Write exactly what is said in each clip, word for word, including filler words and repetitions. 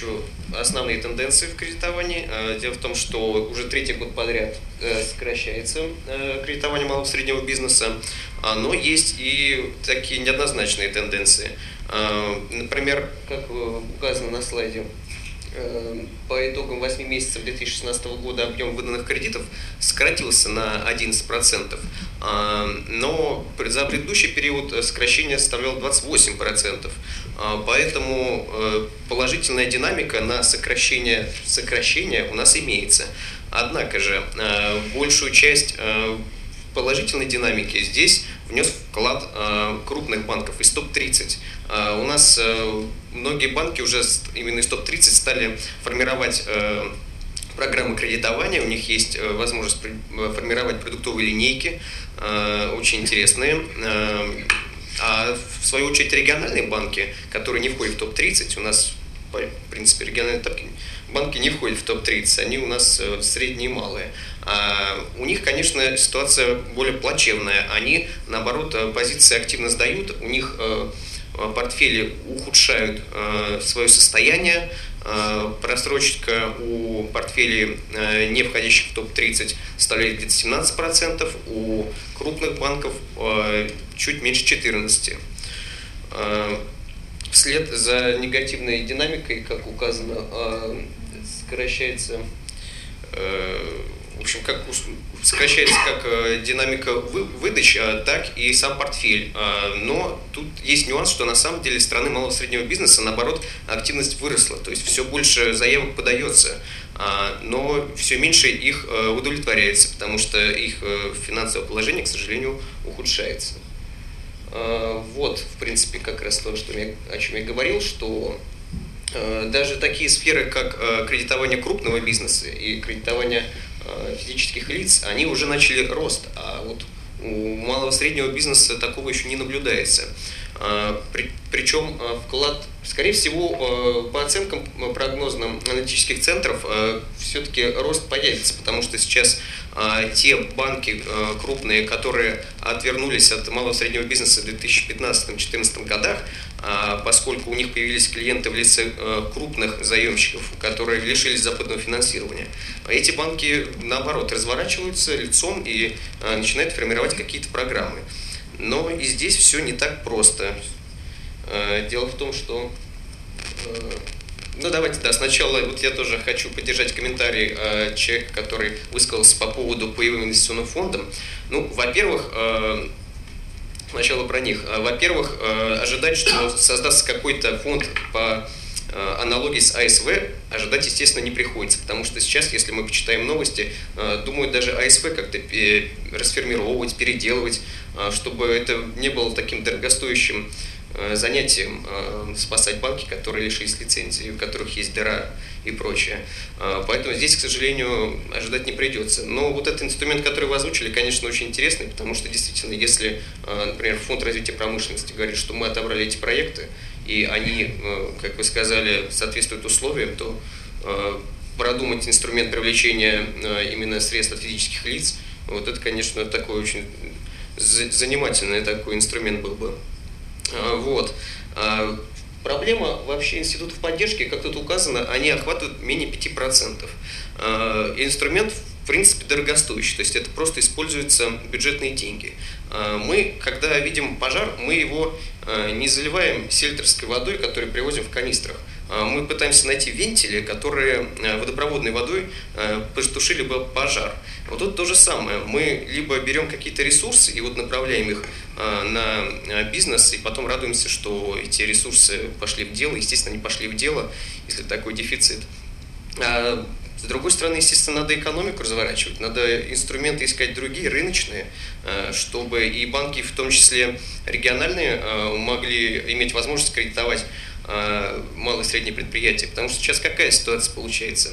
отмечу основные тенденции в кредитовании. Дело в том, что уже третий год подряд сокращается кредитование малого и среднего бизнеса, но есть и такие неоднозначные тенденции. Например, как указано на слайде, по итогам восьми месяцев две тысячи шестнадцатого года объем выданных кредитов сократился на одиннадцать процентов, но за предыдущий период сокращение составляло двадцать восемь процентов. Поэтому положительная динамика на сокращение сокращения у нас имеется. Однако же большую часть положительной динамики здесь внес вклад крупных банков из топ тридцать. У нас многие банки уже именно из топ тридцать стали формировать программы кредитования, у них есть возможность формировать продуктовые линейки, очень интересные. А в свою очередь региональные банки, которые не входят в топ тридцать, у нас, в принципе, региональные банки не входят в топ тридцать, они у нас средние и малые. А у них, конечно, ситуация более плачевная, они, наоборот, позиции активно сдают, у них портфели ухудшают свое состояние, просрочка у портфелей, не входящих в топ тридцать, составляет где-то семнадцать процентов, у крупных банков чуть меньше четырнадцати процентов. Вслед за негативной динамикой, как указано, сокращается, в общем, как сокращается как динамика выдачи, так и сам портфель. Но тут есть нюанс, что на самом деле страны малого и среднего бизнеса, наоборот, активность выросла. То есть все больше заявок подается, но все меньше их удовлетворяется, потому что их финансовое положение, к сожалению, ухудшается. Вот, в принципе, как раз то, что я, о чем я говорил, что даже такие сферы, как кредитование крупного бизнеса и кредитование физических лиц, они уже начали рост, а вот у малого и среднего бизнеса такого еще не наблюдается. При, причем вклад, скорее всего, по оценкам прогнозным аналитических центров, все-таки рост появится, потому что сейчас те банки крупные, которые отвернулись от малого и среднего бизнеса в две тысячи пятнадцатом — две тысячи четырнадцатом годах, поскольку у них появились клиенты в лице крупных заемщиков, которые лишились западного финансирования. Эти банки, наоборот, разворачиваются лицом и начинают формировать какие-то программы. Но и здесь все не так просто. Дело в том, что... Ну, давайте, да, сначала вот я тоже хочу поддержать комментарий э, человека, который высказался по поводу по инвестиционным фондам. Ну, во-первых, э, сначала про них. Во-первых, э, ожидать, что создастся какой-то фонд по э, аналогии с АСВ, ожидать, естественно, не приходится, потому что сейчас, если мы почитаем новости, э, думают даже АСВ как-то э, расформировать, переделывать, э, чтобы это не было таким дорогостоящим занятием спасать банки, которые лишились лицензии, у которых есть дыра и прочее. Поэтому здесь, к сожалению, ожидать не придется. Но вот этот инструмент, который вы озвучили, конечно, очень интересный, потому что действительно, если, например, Фонд развития промышленности говорит, что мы отобрали эти проекты, и они, как вы сказали, соответствуют условиям, то продумать инструмент привлечения именно средств от физических лиц, вот это, конечно, такой очень занимательный такой инструмент был бы. Вот. Проблема вообще институтов поддержки, как тут указано, они охватывают менее пяти процентов. Инструмент, в принципе, дорогостоящий, то есть это просто используются бюджетные деньги. Мы, когда видим пожар, мы его не заливаем сельтерской водой, которую привозим в канистрах. Мы пытаемся найти вентили, которые водопроводной водой потушили бы пожар. Вот тут то же самое. Мы либо берем какие-то ресурсы и вот направляем их на бизнес, и потом радуемся, что эти ресурсы пошли в дело. Естественно, они пошли в дело, если такой дефицит. А с другой стороны, естественно, надо экономику разворачивать, надо инструменты искать другие, рыночные, чтобы и банки, в том числе региональные, могли иметь возможность кредитовать малые и средние предприятия. Потому что сейчас какая ситуация получается?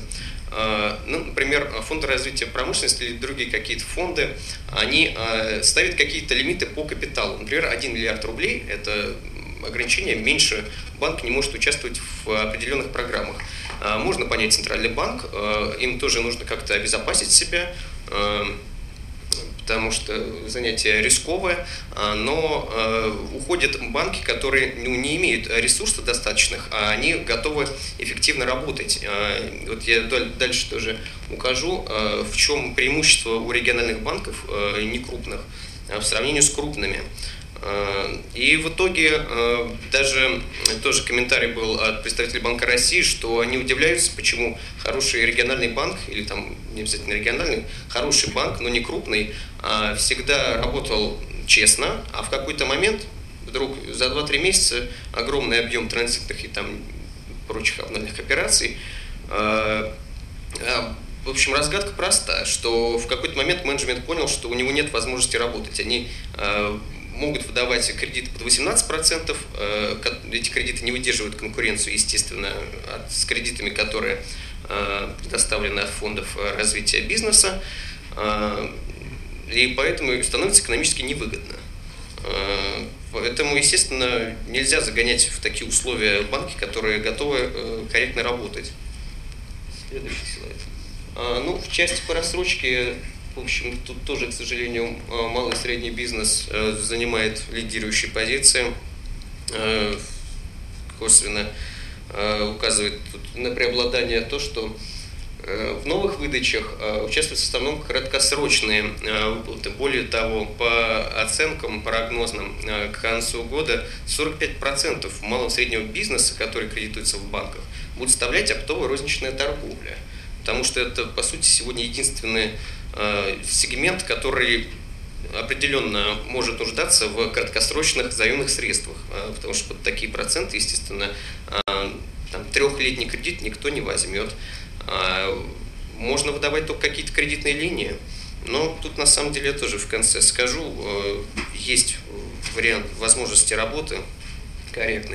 Ну, например, фонды развития промышленности или другие какие-то фонды, они ставят какие-то лимиты по капиталу. Например, один миллиард рублей – это ограничение, меньше банк не может участвовать в определенных программах. Можно понять Центральный банк, им тоже нужно как-то обезопасить себя, потому что занятие рисковое, но уходят банки, которые ну, не имеют ресурсов достаточных, а они готовы эффективно работать. Вот я дальше тоже укажу, в чем преимущество у региональных банков некрупных в сравнении с крупными. И в итоге даже тоже комментарий был от представителей Банка России, что они удивляются, почему хороший региональный банк, или там не обязательно региональный, хороший банк, но не крупный, всегда работал честно, а в какой-то момент вдруг за два-три месяца огромный объем транзитных и там прочих обнальных операций. В общем, разгадка проста, что в какой-то момент менеджмент понял, что у него нет возможности работать. Они могут выдавать кредиты под восемнадцать процентов, эти кредиты не выдерживают конкуренцию, естественно, с кредитами, которые предоставлены от фондов развития бизнеса, и поэтому становится экономически невыгодно. Поэтому, естественно, нельзя загонять в такие условия банки, которые готовы корректно работать. Следующий слайд. Ну, в части по рассрочке, в общем, тут тоже, к сожалению, малый и средний бизнес занимает лидирующие позиции, косвенно указывает тут на преобладание то, что в новых выдачах участвуют в основном краткосрочные выплаты. Более того, по оценкам прогнозным к концу года сорок пять процентов малого и среднего бизнеса, который кредитуется в банках, будет составлять оптовая розничная торговля. Потому что это, по сути, сегодня единственный сегмент, который определенно может нуждаться в краткосрочных заемных средствах, потому что под такие проценты, естественно, там, трехлетний кредит никто не возьмет. Можно выдавать только какие-то кредитные линии, но тут на самом деле я тоже в конце скажу, есть вариант возможности работы корректной.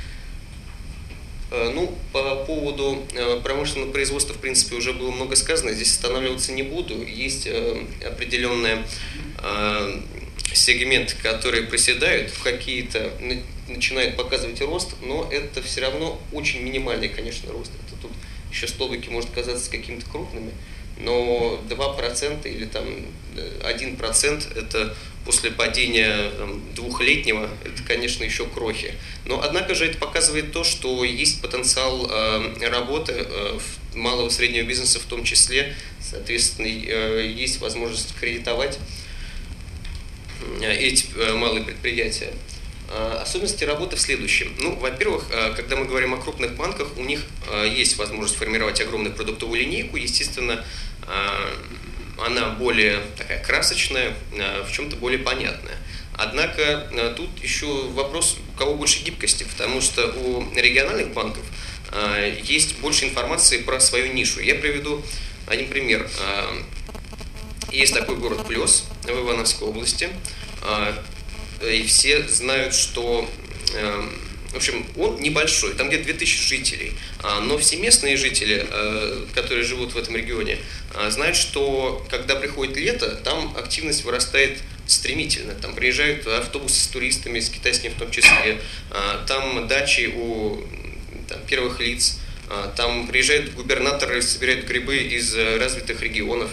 Ну, по поводу промышленного производства, в принципе, уже было много сказано, здесь останавливаться не буду. Есть определенные сегменты, которые проседают, какие-то начинают показывать рост, но это все равно очень минимальный, конечно, рост. Это тут еще столбики может казаться какими-то крупными, но два процента или там один процент это после падения там, двухлетнего, это, конечно, еще крохи. Но, однако же, это показывает то, что есть потенциал э, работы э, малого и среднего бизнеса в том числе. Соответственно, э, есть возможность кредитовать э, эти э, малые предприятия. Э, особенности работы в следующем. Ну, во-первых, э, когда мы говорим о крупных банках, у них э, есть возможность формировать огромную продуктовую линейку. Естественно, э, она более такая красочная, в чем-то более понятная. Однако тут еще вопрос, у кого больше гибкости, потому что у региональных банков есть больше информации про свою нишу. Я приведу один пример. Есть такой город Плес в Ивановской области, и все знают, что... В общем, он небольшой, там где-то две тысячи жителей, но все местные жители, которые живут в этом регионе, знают, что когда приходит лето, там активность вырастает стремительно. Там приезжают автобусы с туристами, с китайскими в том числе, там дачи у там, первых лиц, там приезжают губернаторы, собирают грибы из развитых регионов.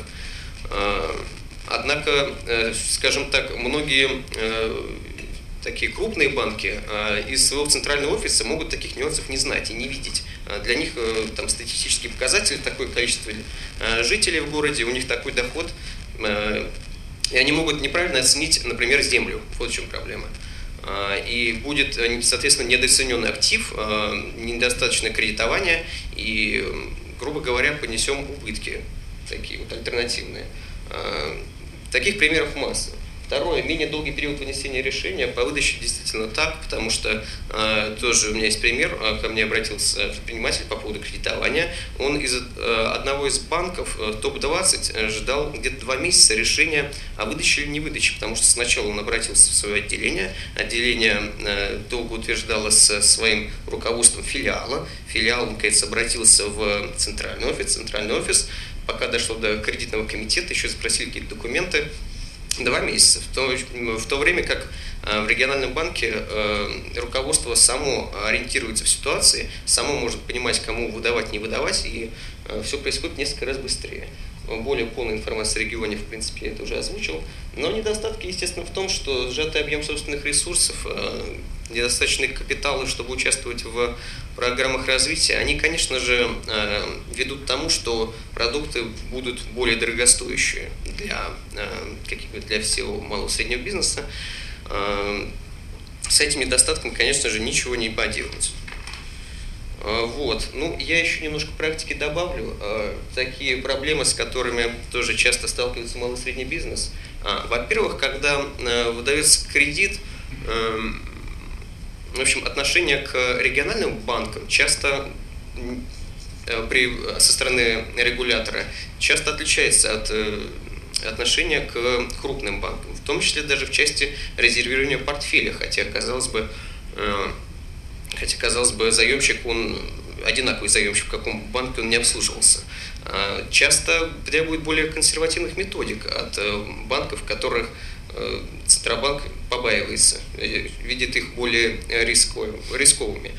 Однако, скажем так, многие... такие крупные банки э, из своего центрального офиса могут таких нюансов не знать и не видеть. Для них э, там статистический показатель, такое количество э, жителей в городе, у них такой доход, э, и они могут неправильно оценить, например, землю. Вот в чем проблема. Э, и будет, соответственно, недооцененный актив, э, недостаточное кредитование, и, грубо говоря, понесем убытки, такие вот альтернативные. Э, таких примеров масса. Второе, менее долгий период вынесения решения. По выдаче действительно так, потому что э, тоже у меня есть пример, ко мне обратился предприниматель по поводу кредитования. Он из э, одного из банков, э, топ двадцать, э, ждал где-то два месяца решения о выдаче или не выдаче, потому что сначала он обратился в свое отделение, отделение э, долго утверждало со своим руководством филиала, филиал, наконец, обратился в центральный офис, центральный офис, пока дошло до кредитного комитета, еще запросили какие-то документы. Два месяца, в то, в то время как в региональном банке э, руководство само ориентируется в ситуации, само может понимать, кому выдавать, не выдавать, и э, все происходит несколько раз быстрее. более полная информация о регионе, в принципе, я это уже озвучил. Но недостатки, естественно, в том, что сжатый объем собственных ресурсов, недостаточный капитала, чтобы участвовать в программах развития, они, конечно же, ведут к тому, что продукты будут более дорогостоящие для, для всего малого и среднего бизнеса. С этим недостатком, конечно же, ничего не поделать. Вот. Ну, я еще немножко практики добавлю. Такие проблемы, с которыми тоже часто сталкивается малый и средний бизнес. Во-первых, когда выдается кредит, в общем, отношение к региональным банкам часто при, со стороны регулятора часто отличается от отношения к крупным банкам, в том числе даже в части резервирования портфеля, хотя, казалось бы, хотя, казалось бы, заемщик, он одинаковый заемщик, в каком банке он не обслуживался. Часто требует более консервативных методик от банков, которых Центробанк побаивается, видит их более рисковыми.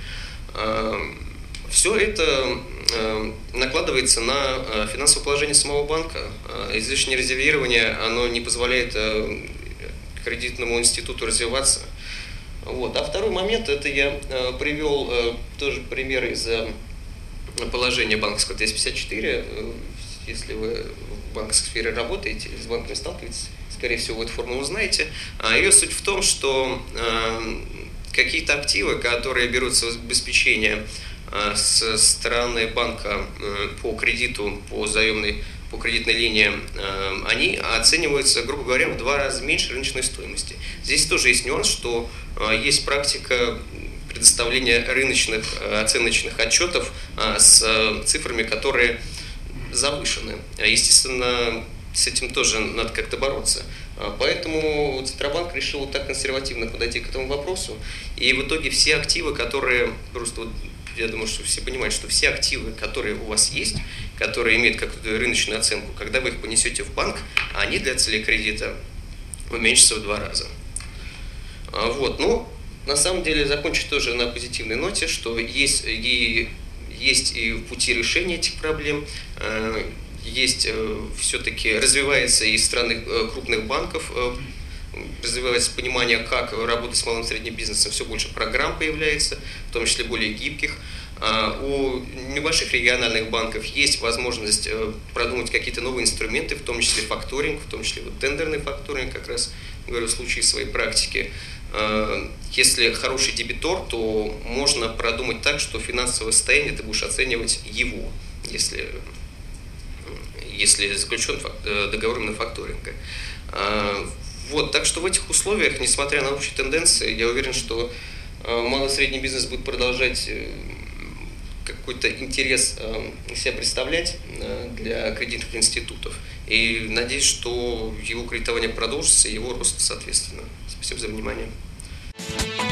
Все это накладывается на финансовое положение самого банка. Излишнее резервирование, оно не позволяет кредитному институту развиваться. Вот. А второй момент, это я привел тоже пример из положения банковского двести пятьдесят четыре. Если вы в банковской сфере работаете или с банками сталкиваетесь, скорее всего, вы эту формулу знаете. Ее суть в том, что какие-то активы, которые берутся в обеспечение со стороны банка по кредиту, по заемной, по кредитной линии, они оцениваются, грубо говоря, в два раза меньше рыночной стоимости. Здесь тоже есть нюанс, что есть практика предоставления рыночных оценочных отчетов с цифрами, которые завышены. Естественно, с этим тоже надо как-то бороться. Поэтому Центробанк решил так консервативно подойти к этому вопросу. И в итоге все активы, которые, просто я думаю, что все понимают, что все активы, которые у вас есть, которые имеют какую-то рыночную оценку, когда вы их понесете в банк, они для целей кредита уменьшатся в два раза. Вот, ну, на самом деле, закончить тоже на позитивной ноте, что есть и, есть и пути решения этих проблем, есть все-таки, развивается и страны крупных банков, развивается понимание, как работать с малым и средним бизнесом, все больше программ появляется, в том числе более гибких. У небольших региональных банков есть возможность продумать какие-то новые инструменты, в том числе факторинг, в том числе вот тендерный факторинг, как раз говорю в случае своей практики. Если хороший дебитор, то можно продумать так, что финансовое состояние ты будешь оценивать его, если, если заключен договор именно факторинга. Вот, так что в этих условиях, несмотря на общие тенденции, я уверен, что малый и средний бизнес будет продолжать какой-то интерес себя представлять для кредитных институтов. И надеюсь, что его кредитование продолжится и его рост соответственно. Спасибо за внимание.